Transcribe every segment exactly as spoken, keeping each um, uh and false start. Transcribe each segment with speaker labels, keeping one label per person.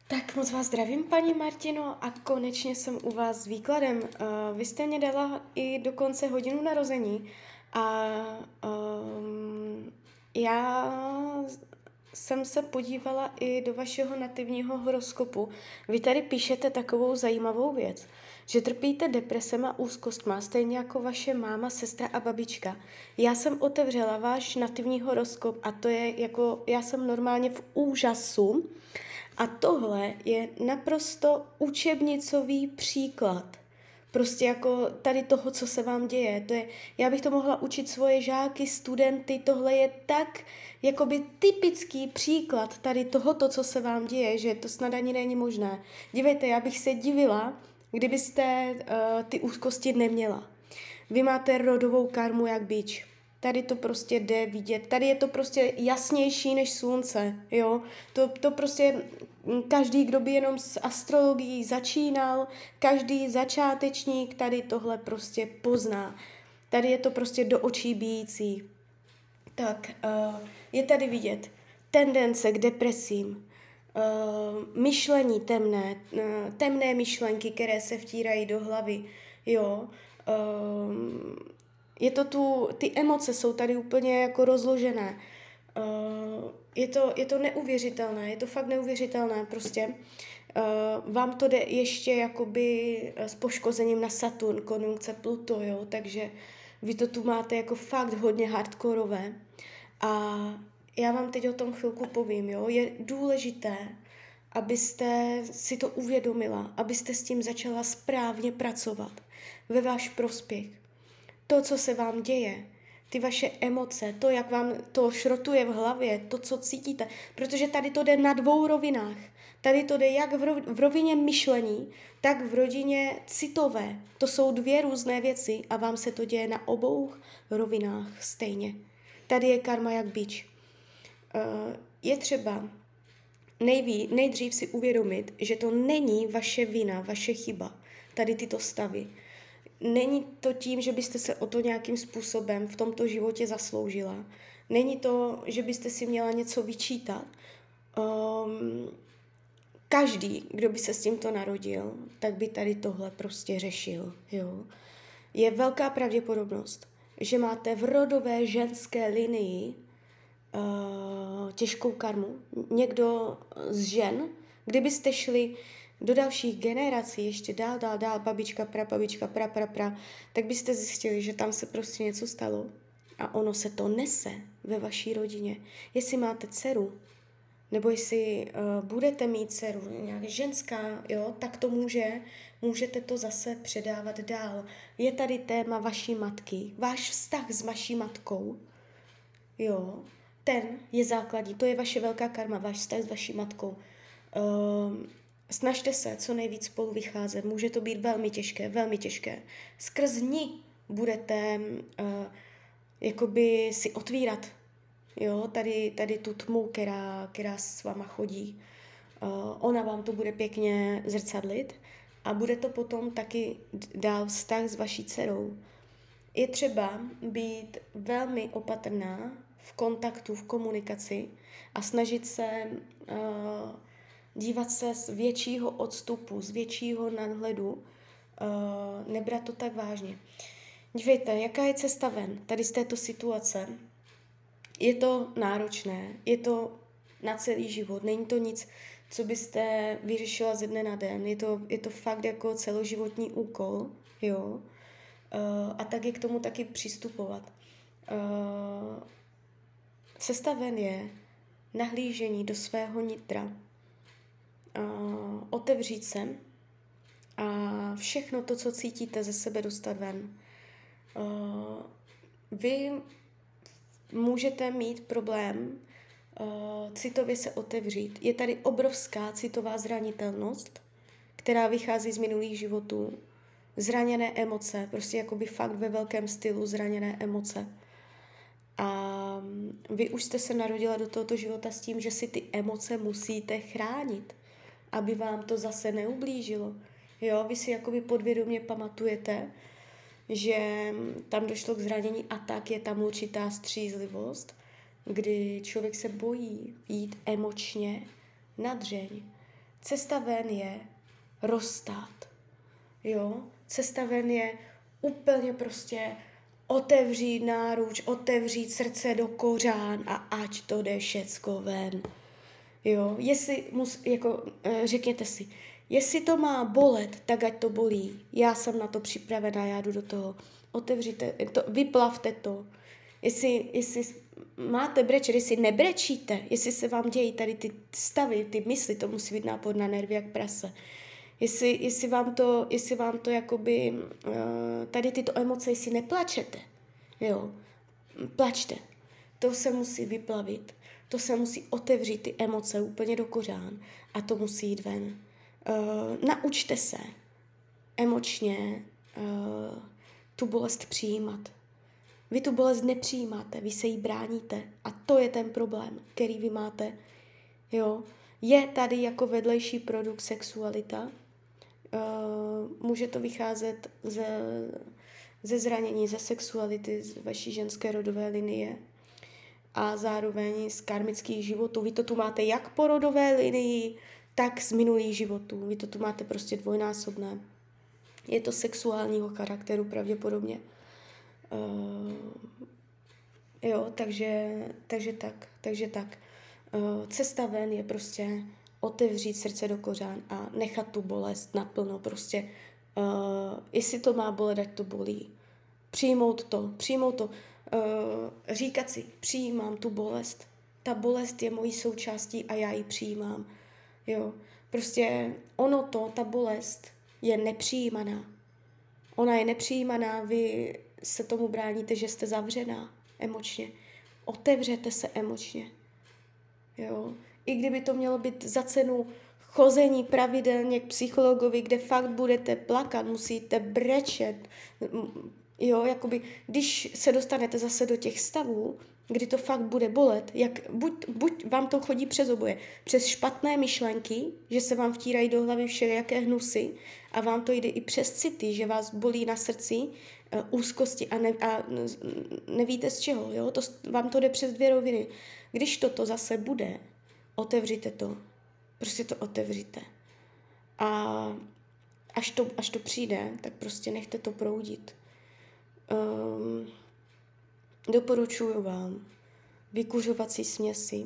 Speaker 1: Tak moc vás zdravím, paní Martino, a konečně jsem u vás s výkladem. Uh, vy jste mě dala i dokonce hodinu narození a um, já jsem se podívala i do vašeho nativního horoskopu. Vy tady píšete takovou zajímavou věc, že trpíte depresem a úzkostma, stejně jako vaše máma, sestra a babička. Já jsem otevřela váš nativní horoskop a to je jako, já jsem normálně v úžasu. A tohle je naprosto učebnicový příklad. Prostě jako tady toho, co se vám děje. To je, já bych to mohla učit svoje žáky, studenty, tohle je tak jakoby typický příklad tady tohoto, co se vám děje, že to snad ani není možné. Dívejte, já bych se divila, kdybyste uh, ty úzkosti neměla. Vy máte rodovou karmu jak bič. Tady to prostě jde vidět. Tady je to prostě jasnější než slunce, jo. To, to prostě každý, kdo by jenom s astrologií začínal, každý začátečník tady tohle prostě pozná. Tady je to prostě do očí bijící. Tak, uh, je tady vidět tendence k depresím, uh, myšlení temné, uh, temné myšlenky, které se vtírají do hlavy, jo. Uh, je to tu, ty emoce jsou tady úplně jako rozložené. Uh, je, to, je to neuvěřitelné, je to fakt neuvěřitelné prostě. Uh, vám to jde ještě jakoby s poškozením na Saturn, konjunkce Pluto, jo, takže vy to tu máte jako fakt hodně hardkorové. A já vám teď o tom chvilku povím, jo, je důležité, abyste si to uvědomila, abyste s tím začala správně pracovat ve váš prospěch. To, co se vám děje, ty vaše emoce, to, jak vám to šrotuje v hlavě, to, co cítíte, protože tady to jde na dvou rovinách. Tady to jde jak v rovině myšlení, tak v rodině citové. To jsou dvě různé věci a vám se to děje na obou rovinách stejně. Tady je karma jak bič. Je třeba nejví, nejdřív si uvědomit, že to není vaše vina, vaše chyba, tady tyto stavy. Není to tím, že byste se o to nějakým způsobem v tomto životě zasloužila. Není to, že byste si měla něco vyčítat. Um, každý, kdo by se s tímto narodil, tak by tady tohle prostě řešil. Jo? Je velká pravděpodobnost, že máte v rodové ženské linii uh, těžkou karmu. Někdo z žen, kdybyste šli do dalších generací, ještě dál, dál, dál, babička, prababička, pra, pra, pra, tak byste zjistili, že tam se prostě něco stalo a ono se to nese ve vaší rodině. Jestli máte dceru, nebo jestli uh, budete mít dceru, nějak ženská, jo, tak to může, můžete to zase předávat dál. Je tady téma vaší matky, váš vztah s vaší matkou, jo, ten je základní, to je vaše velká karma, váš vztah s vaší matkou. Uh, Snažte se co nejvíc spolu vycházet. Může to být velmi těžké, velmi těžké. Skrz ní budete uh, jakoby si otvírat, jo, tady, tady tu tmu, která, která s váma chodí. Uh, ona vám to bude pěkně zrcadlit a bude to potom taky dál vztah s vaší dcerou. Je třeba být velmi opatrná v kontaktu, v komunikaci a snažit se uh, dívat se z většího odstupu, z většího nadhledu, uh, nebrat to tak vážně. Dívejte, jaká je cesta ven tady z této situace. Je to náročné, je to na celý život, není to nic, co byste vyřešila ze dne na den, je to, je to fakt jako celoživotní úkol, jo, uh, a tak je k tomu taky přistupovat. Uh, cesta ven je nahlížení do svého nitra, Uh, otevřít se a všechno to, co cítíte, ze sebe dostat ven. Uh, vy můžete mít problém uh, citově se otevřít. Je tady obrovská citová zranitelnost, která vychází z minulých životů. Zraněné emoce, prostě jakoby fakt ve velkém stylu zraněné emoce. A vy už jste se narodila do tohoto života s tím, že si ty emoce musíte chránit, aby vám to zase neublížilo. Jo, vy si jakoby podvědomě pamatujete, že tam došlo k zranění a tak je tam určitá střízlivost, kdy člověk se bojí jít emočně na dřeň. Cesta ven je rozstát. Jo? Cesta ven je úplně prostě otevřít náruč, otevřít srdce do kořán a ať to jde všecko ven. Jo? Jestli, mus, jako, řekněte si, jestli to má bolet, tak ať to bolí. Já jsem na to připravená, já jdu do toho. Otevřite, to, vyplavte to. Jestli, jestli máte brečet, jestli nebrečíte, jestli se vám dějí tady ty stavy, ty mysli, to musí být nápor na nervy jak prase. Jestli, jestli vám to, jestli vám to jakoby, tady tyto emoce, jestli neplačete, jo, plačte. To se musí vyplavit. To se musí otevřít ty emoce úplně do kořán a to musí jít ven. Uh, naučte se emočně uh, tu bolest přijímat. Vy tu bolest nepřijímáte, vy se jí bráníte a to je ten problém, který vy máte. Jo? Je tady jako vedlejší produkt sexualita. Uh, může to vycházet ze, ze zranění, ze sexuality, z vaší ženské rodové linie a zároveň z karmických životů. Vy to tu máte jak po rodové linii, tak z minulých životů. Vy to tu máte prostě dvojnásobné. Je to sexuálního charakteru pravděpodobně. Uh, jo, takže, takže tak, takže tak. Uh, cesta ven je prostě otevřít srdce do kořán a nechat tu bolest naplno. Prostě, uh, jestli to má bolet, ať to bolí. Přijmout to, přijmout to. Uh, říkat si, přijímám tu bolest. Ta bolest je mojí součástí a já ji přijímám. Jo, prostě ono to, ta bolest je nepřijímaná. Ona je nepřijímaná, vy se tomu bráníte, že jste zavřená emočně. Otevřete se emočně. Jo. I kdyby to mělo být za cenu chození pravidelně k psychologovi, kde fakt budete plakat, musíte brečet. Jo, jakoby, když se dostanete zase do těch stavů, kdy to fakt bude bolet, jak buď, buď vám to chodí přes oboje, přes špatné myšlenky, že se vám vtírají do hlavy všelijaké hnusy a vám to jde i přes city, že vás bolí na srdci, uh, úzkosti a, ne, a nevíte z čeho, jo? To, vám to jde přes dvě roviny. Když toto zase bude, otevřite to, prostě to otevřite. A až to, až to přijde, tak prostě nechte to proudit. Um, doporučuji vám vykuřovací směsi.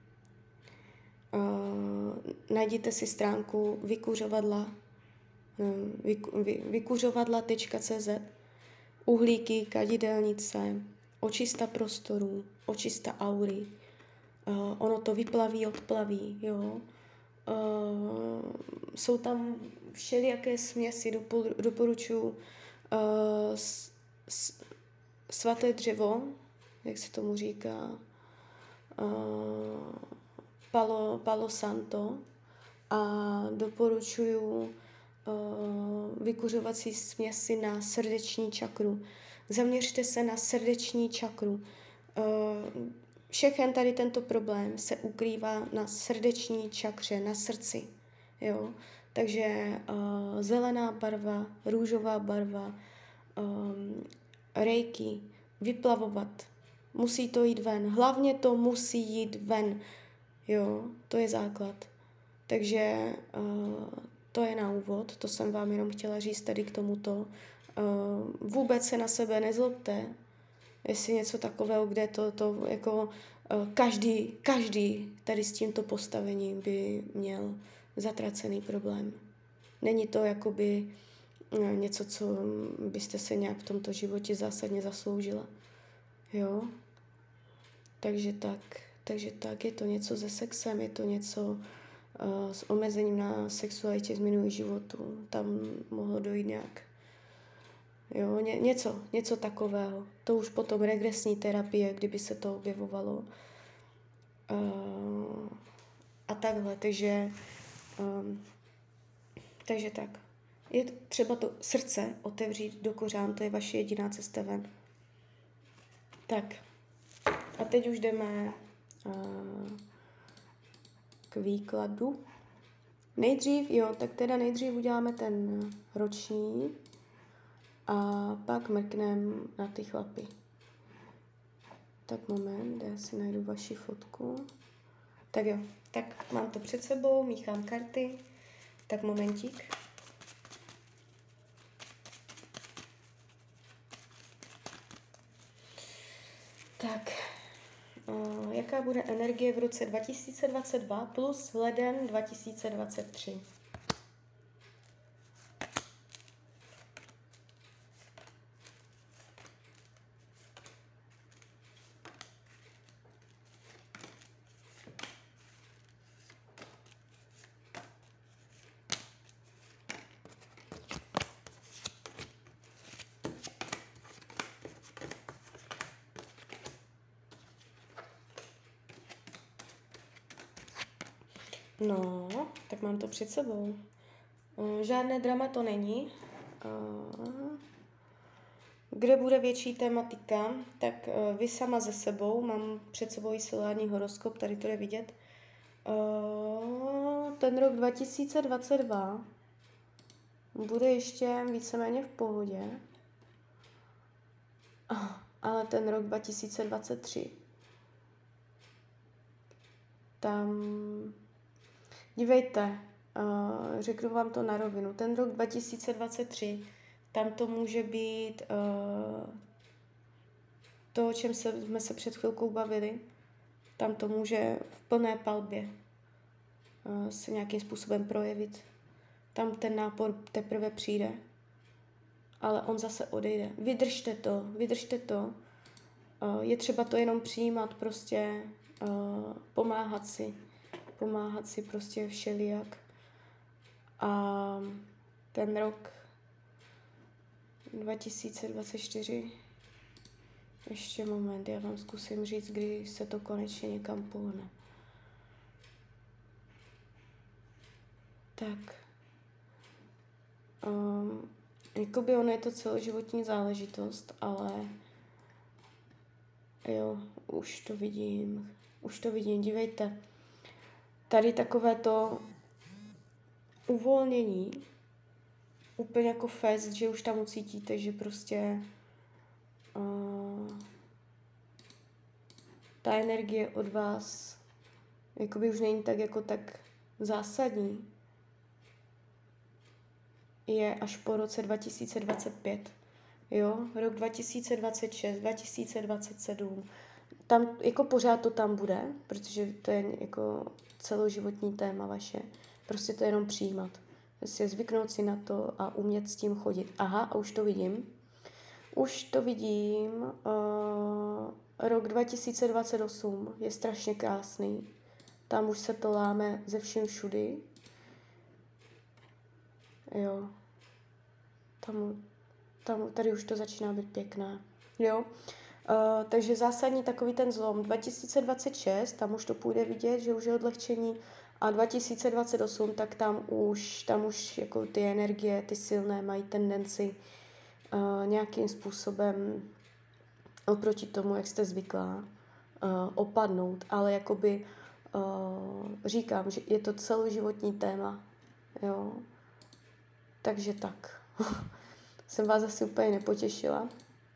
Speaker 1: Uh, najděte si stránku vykuřovadla, vyku, vy, vykuřovadla tečka cé zet, uhlíky, kadidelnice, očista prostoru, očista aury. Uh, ono to vyplaví, odplaví, jo. Uh, jsou tam všelijaké směsi, dopo, doporučuji uh, s, s, svaté dřevo, jak se tomu říká, uh, palo, palo santo a doporučuji uh, vykuřovací směsi na srdeční čakru. Zaměřte se na srdeční čakru. Uh, všechen tady tento problém se ukrývá na srdeční čakře, na srdci. Jo? Takže uh, zelená barva, růžová barva, um, reiki, vyplavovat. Musí to jít ven. Hlavně to musí jít ven. Jo, to je základ. Takže uh, to je na úvod. To jsem vám jenom chtěla říct tady k tomuto. Uh, vůbec se na sebe nezlobte. Jestli něco takového, kde to, to jako uh, každý, každý tady s tímto postavením by měl zatracený problém. Není to jakoby něco, co byste se nějak v tomto životě zásadně zasloužila. Jo? Takže tak, takže tak, je to něco se sexem, je to něco uh, s omezením na sexualitě z minulých životů. Tam mohlo dojít nějak, jo, ně, něco, něco takového. To už potom regresní terapie, kdyby se to objevovalo. Uh, a takhle, takže um, takže tak. Je třeba to srdce otevřít do kořán, to je vaše jediná cesta ven. Tak. A teď už jdeme uh, k výkladu. Nejdřív, jo, tak teda nejdřív uděláme ten roční a pak mrkneme na ty chlapy. Tak moment, já si najdu vaši fotku. Tak jo, tak mám to před sebou, míchám karty, tak momentík. Tak, uh, jaká bude energie v roce dva tisíce dvacet dva plus leden dva tisíce dvacet tři? No, tak mám to před sebou. Uh, žádné drama to není. Uh, kde bude větší tématika, tak uh, vy sama ze sebou, mám před sebou i solární horoskop, tady to je vidět. Uh, ten rok dva tisíce dvacet dva bude ještě víceméně v pohodě, uh, ale ten rok dva tisíce dvacet tři tam... Dívejte, uh, řeknu vám to na rovinu. Ten rok dva tisíce dvacet tři, tam to může být uh, to, o čem se, jsme se před chvilkou bavili, tam to může v plné palbě uh, se nějakým způsobem projevit. Tam ten nápor teprve přijde, ale on zase odejde. Vydržte to, vydržte to. Uh, je třeba to jenom přijímat, prostě uh, pomáhat si. Pomáhat si prostě všelijak. A ten rok dva tisíce dvacet čtyři, ještě moment, já vám zkusím říct, kdy se to konečně někam pohne. Tak. Um, jakoby ono je to celoživotní záležitost, ale jo, už to vidím, už to vidím, dívejte. Tady takové to uvolnění, úplně jako fest, že už tam ucítíte, že prostě uh, ta energie od vás jakoby už není tak jako tak zásadní, je až po roce dva tisíce dvacet pět, jo, rok dva tisíce dvacet šest, dva tisíce dvacet sedm, tam jako pořád to tam bude, protože to je jako celoživotní téma vaše, prostě to jenom přijímat, prostě zvyknout si na to a umět s tím chodit. Aha, a už to vidím, už to vidím, uh, rok dva tisíce dvacet osm je strašně krásný, tam už se to láme ze vším všudy, jo, tam, tam, tady už to začíná být pěkné, jo. Uh, takže zásadní takový ten zlom. dva tisíce dvacet šest, tam už to půjde vidět, že už je odlehčení, a dva tisíce dvacet osm, tak tam už, tam už jako ty energie, ty silné, mají tendenci uh, nějakým způsobem oproti tomu, jak jste zvyklá, uh, opadnout. Ale jakoby uh, říkám, že je to celoživotní téma, jo. Takže tak. Jsem vás asi úplně nepotěšila.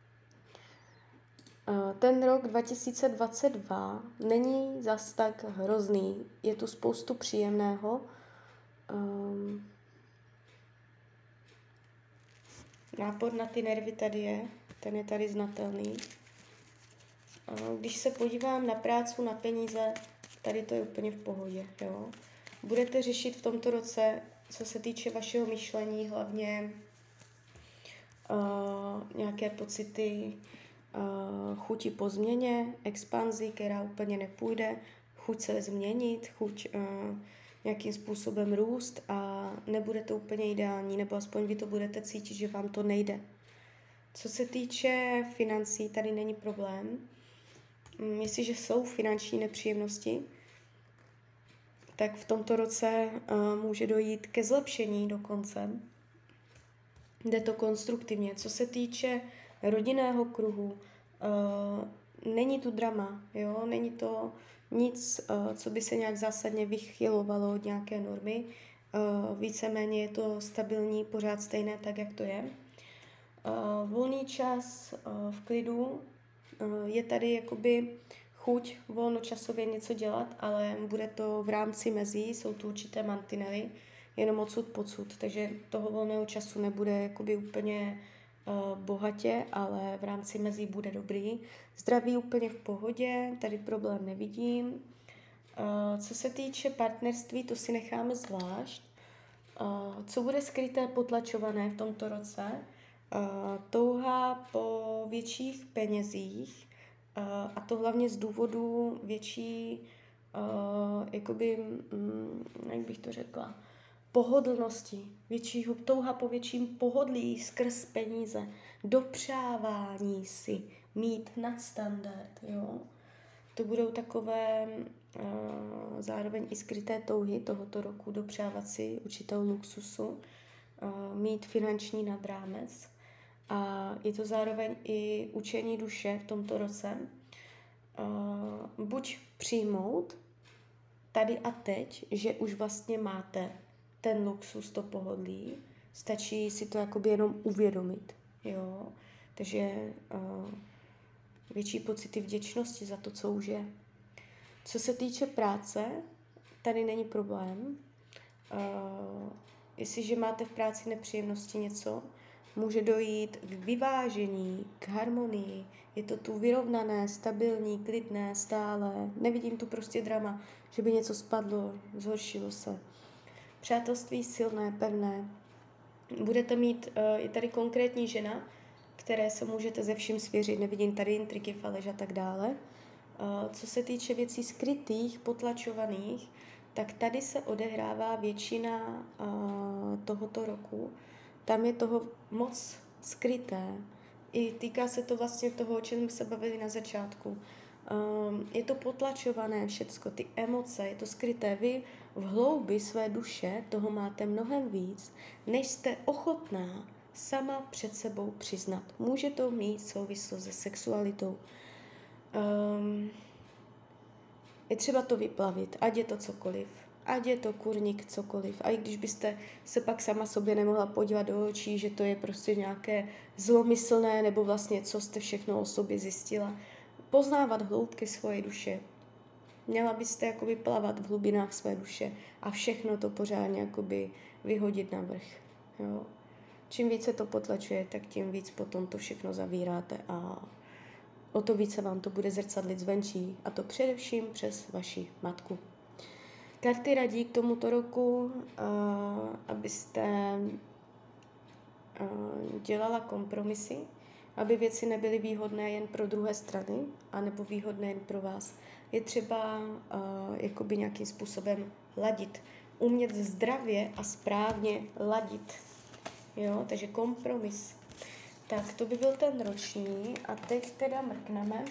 Speaker 1: Ten rok dva tisíce dvacet dva není zas tak hrozný. Je tu spoustu příjemného. Um, nápor na ty nervy tady je. Ten je tady znatelný. Uh, když se podívám na práci, na peníze, tady to je úplně v pohodě. Jo? Budete řešit v tomto roce, co se týče vašeho myšlení, hlavně uh, nějaké pocity, Uh, chuti po změně, expanzi, která úplně nepůjde, chuť se změnit, chuť uh, nějakým způsobem růst a nebude to úplně ideální, nebo aspoň vy to budete cítit, že vám to nejde. Co se týče financí, tady není problém. Um, jestliže jsou finanční nepříjemnosti, tak v tomto roce uh, může dojít ke zlepšení dokonce. Jde to konstruktivně. Co se týče rodinného kruhu, uh, není tu drama, jo? Není to nic, uh, co by se nějak zásadně vychylovalo od nějaké normy. Uh, víceméně je to stabilní, pořád stejné, tak jak to je. Uh, volný čas uh, v klidu, uh, je tady jakoby chuť volnočasově něco dělat, ale bude to v rámci mezí, jsou tu určité mantinely, jenom odsud pocud, takže toho volného času nebude jakoby úplně uh, bohatě, ale v rámci mezí bude dobrý. Zdraví úplně v pohodě, tady problém nevidím. Uh, co se týče partnerství, to si necháme zvlášť. Uh, co bude skryté, potlačované v tomto roce? Uh, touha po větších penězích, uh, a to hlavně z důvodu větší, uh, jakoby, um, jak bych to řekla, pohodlnosti, většího, touha po větším pohodlí skrz peníze, dopřávání si, mít nadstandard, jo. To budou takové uh, zároveň i skryté touhy tohoto roku, dopřávat si určitou luxusu, uh, mít finanční nadrámec. A je to zároveň i učení duše v tomto roce. Uh, buď přijmout tady a teď, že už vlastně máte ten luxus, to pohodlí, stačí si to jakoby jenom uvědomit, jo. Takže uh, větší pocity vděčnosti za to, co už je. Co se týče práce, tady není problém. Uh, jestliže máte v práci nepříjemnosti něco, může dojít k vyvážení, k harmonii. Je to tu vyrovnané, stabilní, klidné, stále. Nevidím tu prostě drama, že by něco spadlo, zhoršilo se. Přátelství silné, pevné. Budete mít, uh, je tady konkrétní žena, které se můžete ze vším svěřit. Nevidím tady intriky, faleš a tak dále. Uh, co se týče věcí skrytých, potlačovaných, tak tady se odehrává většina uh, tohoto roku. Tam je toho moc skryté. I týká se to vlastně toho, o čem jsme se bavili na začátku. Um, je to potlačované všecko, ty emoce, je to skryté. Vy v hloubi své duše toho máte mnohem víc, než jste ochotná sama před sebou přiznat. Může to mít souvislost se sexualitou. Um, je třeba to vyplavit, ať je to cokoliv. Ať je to kurník cokoliv. A i když byste se pak sama sobě nemohla podívat do očí, že to je prostě nějaké zlomyslné, nebo vlastně co jste všechno o sobě zjistila. Poznávat hloubky svoje duše. Měla byste jakoby plavat v hlubinách své duše a všechno to pořádně jakoby vyhodit na vrch. Jo. Čím více to potlačuje, tak tím víc potom to všechno zavíráte a o to více vám to bude zrcadlit zvenčí, a to především přes vaši matku. Karty radí k tomuto roku, uh, abyste uh, dělala kompromisy, aby věci nebyly výhodné jen pro druhé strany, anebo výhodné jen pro vás. Je třeba uh, jakoby nějakým způsobem ladit. Umět zdravě a správně ladit. Jo, takže kompromis. Tak, to by byl ten roční. A teď teda mrkneme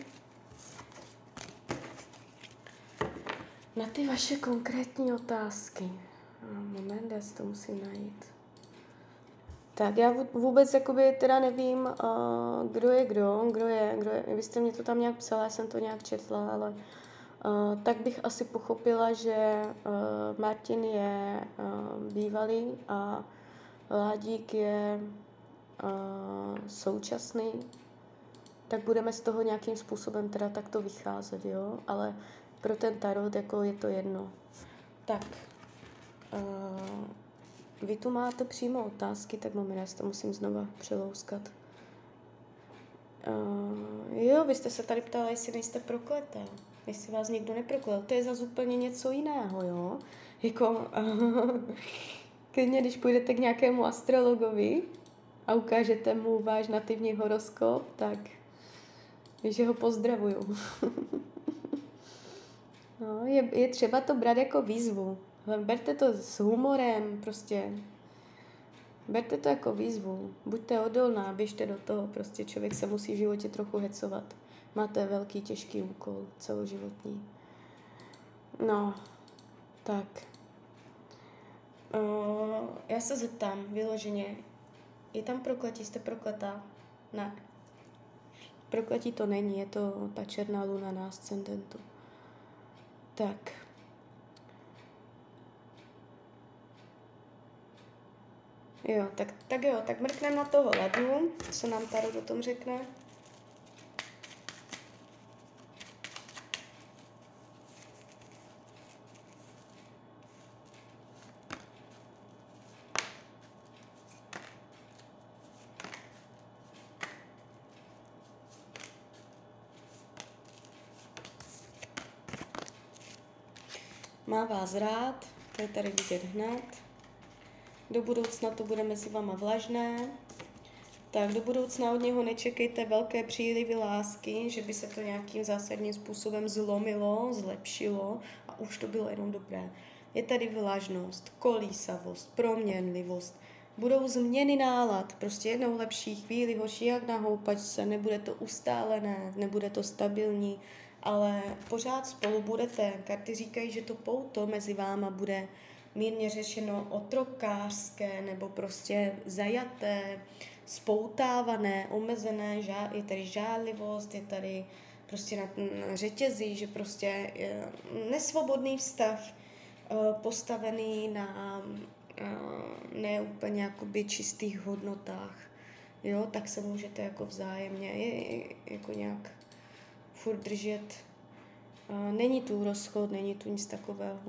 Speaker 1: na ty vaše konkrétní otázky. Moment, já si to musím najít. Tak, já vůbec jakoby teda nevím, uh, kdo je kdo, kdo je, kdo je. Vy jste mě to tam nějak psala, já jsem to nějak četla, ale uh, tak bych asi pochopila, že uh, Martin je uh, bývalý a Ládík je uh, současný, tak budeme z toho nějakým způsobem teda takto vycházet, jo, ale pro ten tarot jako je to jedno. Tak, uh, vy tu máte přímo otázky, tak moment, já si to musím znova přelouskat. Uh, jo, vy jste se tady ptala, jestli nejste prokletá, jestli vás někdo neproklel, to je zase úplně něco jiného, jo, jako... Uh, Klidně, když půjdete k nějakému astrologovi a ukážete mu váš nativní horoskop, tak že ho pozdravuju. No, je, je třeba to brát jako výzvu. Berte to s humorem, prostě. Berte to jako výzvu. Buďte odolná, běžte do toho, prostě člověk se musí v životě trochu hecovat. Máte velký, těžký úkol, celoživotní. No, tak. Uh, já se zeptám vyloženě, je tam prokletí, jste prokletá? Ne. Prokletí to není, je to ta černá luna na ascendentu. Tak. Jo, tak, tak jo, tak mrkneme na toho ledu, co nám Tarot o tom řekne. má vás rád, to je tady vidět hned. Do budoucna to bude mezi váma vlažné. Tak do budoucna od něho nečekejte velké přílivy lásky, že by se to nějakým zásadním způsobem zlomilo, zlepšilo a už to bylo jenom dobré. Je tady vlažnost, kolísavost, proměnlivost. Budou změny nálad, prostě jednou lepší chvíli, horší jak na houpačce, nebude to ustálené, nebude to stabilní, ale pořád spolu budete. Karty říkají, že to pouto mezi váma bude mírně řešeno otrokářské nebo prostě zajaté, spoutávané, omezené, žá, je tady žádlivost, je tady prostě na, na řetězí, že prostě je nesvobodný vztah postavený na ne úplně jakoby čistých hodnotách, jo, tak se můžete jako vzájemně je, je, jako nějak furt držet. Není tu rozchod, není tu nic takového.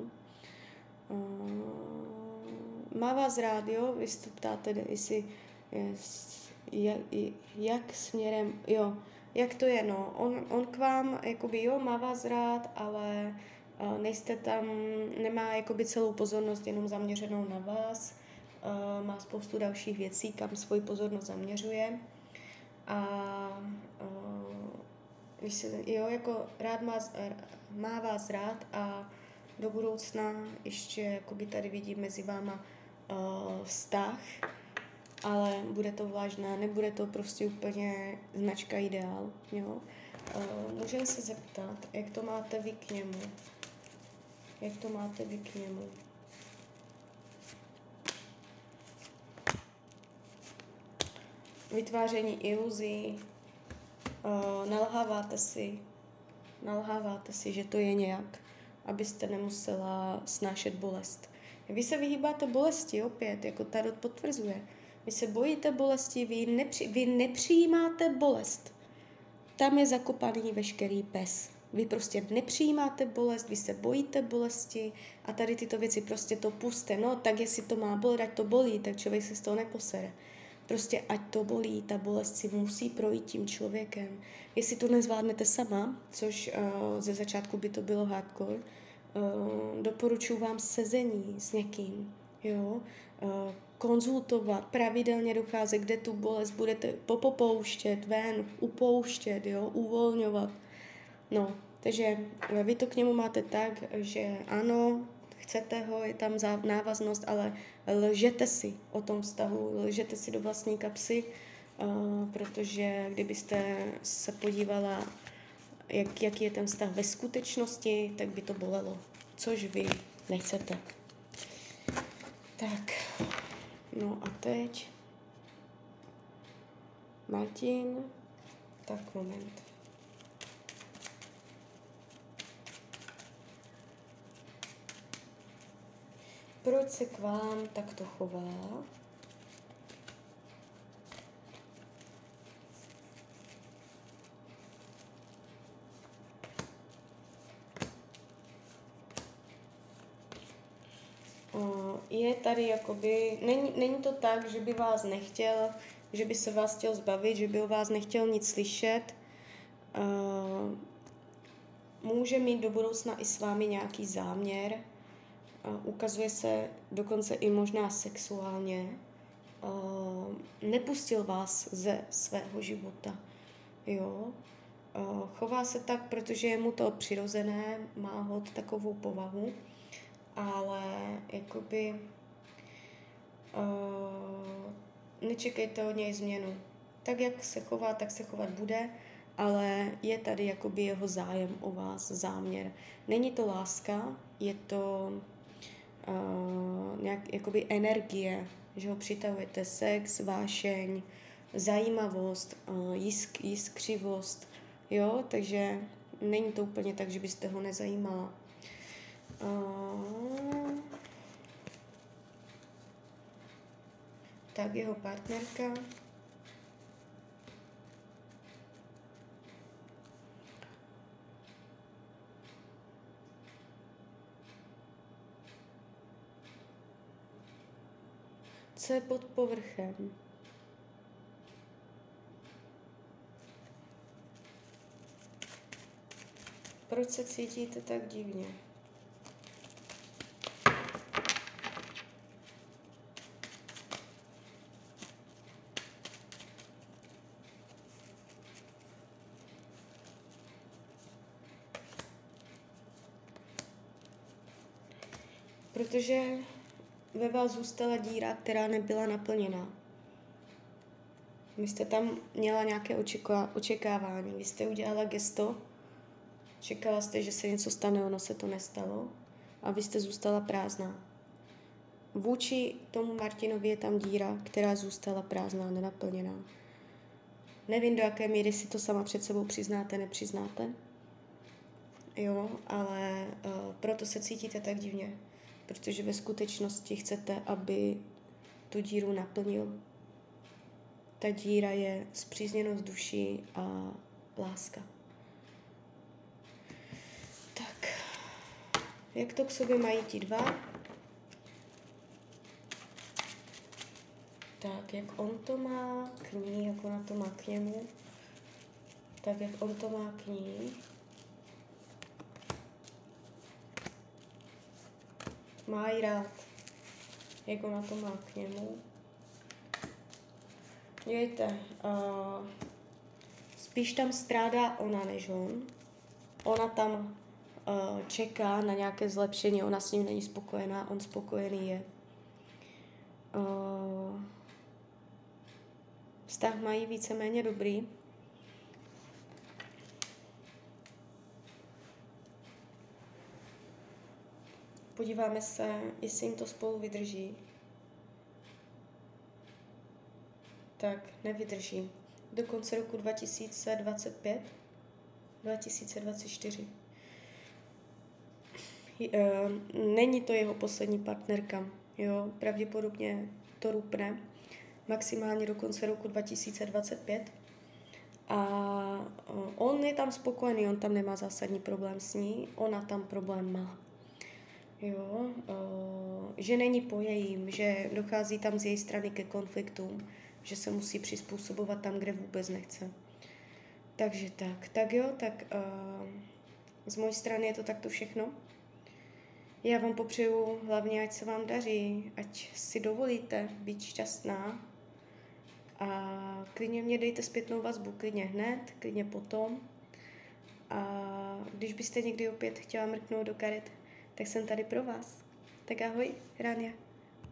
Speaker 1: Má vás rád, jo, vy se ptáte, jestli jak, jak směrem, jo, jak to je, no, on, on k vám, jakoby jo, má vás rád, ale uh, nejste tam, nemá jakoby celou pozornost jenom zaměřenou na vás, uh, má spoustu dalších věcí, kam svoji pozornost zaměřuje a uh, když se, jo, jako rád má, má vás rád a do budoucna ještě jakoby tady vidím mezi váma uh, vztah, ale bude to vlažné, nebude to prostě úplně značka ideál, jo. Uh, můžeme se zeptat, jak to máte vy k němu? Jak to máte vy k němu? Vytváření iluzí, uh, nalháváte si, nalháváte si, že to je nějak, abyste nemusela snášet bolest. Vy se vyhýbáte bolesti opět, jako tarot potvrzuje. Vy se bojíte bolesti, vy, nepři, vy nepřijímáte bolest. Tam je zakopaný veškerý pes. Vy prostě nepřijímáte bolest, vy se bojíte bolesti a tady tyto věci prostě to puste. No, tak jestli to má bolet, ať to bolí, tak člověk se z toho neposere. Prostě ať to bolí, ta bolest si musí projít tím člověkem. Jestli to nezvládnete sama, což uh, ze začátku by to bylo hardcore, uh, doporučuji vám sezení s někým, jo, uh, konzultovat, pravidelně docházet, kde tu bolest budete popouštět, ven, upouštět, jo, uvolňovat. No, takže vy to k němu máte tak, že ano, chcete ho, je tam návaznost, ale lžete si o tom vztahu, lžete si do vlastní kapsy, uh, protože kdybyste se podívala, jak, jaký je ten vztah ve skutečnosti, tak by to bolelo, což vy nechcete. Tak, no a teď Martin, tak moment. Proč se k vám takto chová? Je tady jakoby, není, není to tak, že by vás nechtěl, že by se vás chtěl zbavit, že by o vás nechtěl nic slyšet. Uh, může mít do budoucna i s vámi nějaký záměr, uh, ukazuje se dokonce i možná sexuálně. Uh, nepustil vás ze svého života, jo. Uh, chová se tak, protože je mu to přirozené, má hod takovou povahu, ale jakoby uh, nečekejte od něj změnu. Tak, jak se chová, tak se chovat bude, ale je tady jakoby jeho zájem o vás, záměr. Není to láska, je to uh, nějak jakoby energie, že ho přitahujete, sex, vášeň, zajímavost, uh, jisk, jiskřivost, jo, takže není to úplně tak, že byste ho nezajímala. Uh, tak jeho partnerka. Co je pod povrchem? Proč se cítíte tak divně? Protože ve vás zůstala díra, která nebyla naplněná. Vy jste tam měla nějaké očeká- očekávání. Vy jste udělala gesto, čekala jste, že se něco stane, ono se to nestalo a vy jste zůstala prázdná. Vůči tomu Martinovi je tam díra, která zůstala prázdná, nenaplněná. Nevím, do jaké míry si to sama před sebou přiznáte, nepřiznáte. Jo, ale uh, proto se cítíte tak divně. Protože ve skutečnosti chcete, aby tu díru naplnil. Ta díra je spřízněnost duší a láska. Tak, jak to k sobě mají ti dva? Tak, jak on to má k ní, jak ona to má k němu, tak jak on to má k ní. Má jí rád, jak ona to má k němu. Dívejte, uh, spíš tam strádá ona než on. Ona tam uh, čeká na nějaké zlepšení, ona s ním není spokojená, on spokojený je. Uh, vztah mají víceméně dobrý. Podíváme se, jestli jim to spolu vydrží. Tak, nevydrží. Do konce roku dva tisíce dvacet pět, dva tisíce dvacet čtyři. Není to jeho poslední partnerka, jo, pravděpodobně to rupne, maximálně do konce roku dva tisíce dvacet pět. A on je tam spokojený, on tam nemá zásadní problém s ní, ona tam problém má. Jo, že není po jejím, že dochází tam z její strany ke konfliktům, že se musí přizpůsobovat tam, kde vůbec nechce. Takže tak, tak jo, tak uh, z mojí strany je to takto všechno. Já vám popřeju hlavně, ať se vám daří, ať si dovolíte být šťastná a klidně mě dejte zpětnou vazbu, klidně hned, klidně potom. A když byste někdy opět chtěla mrknout do karet, tak jsem tady pro vás. Tak ahoj, Rania.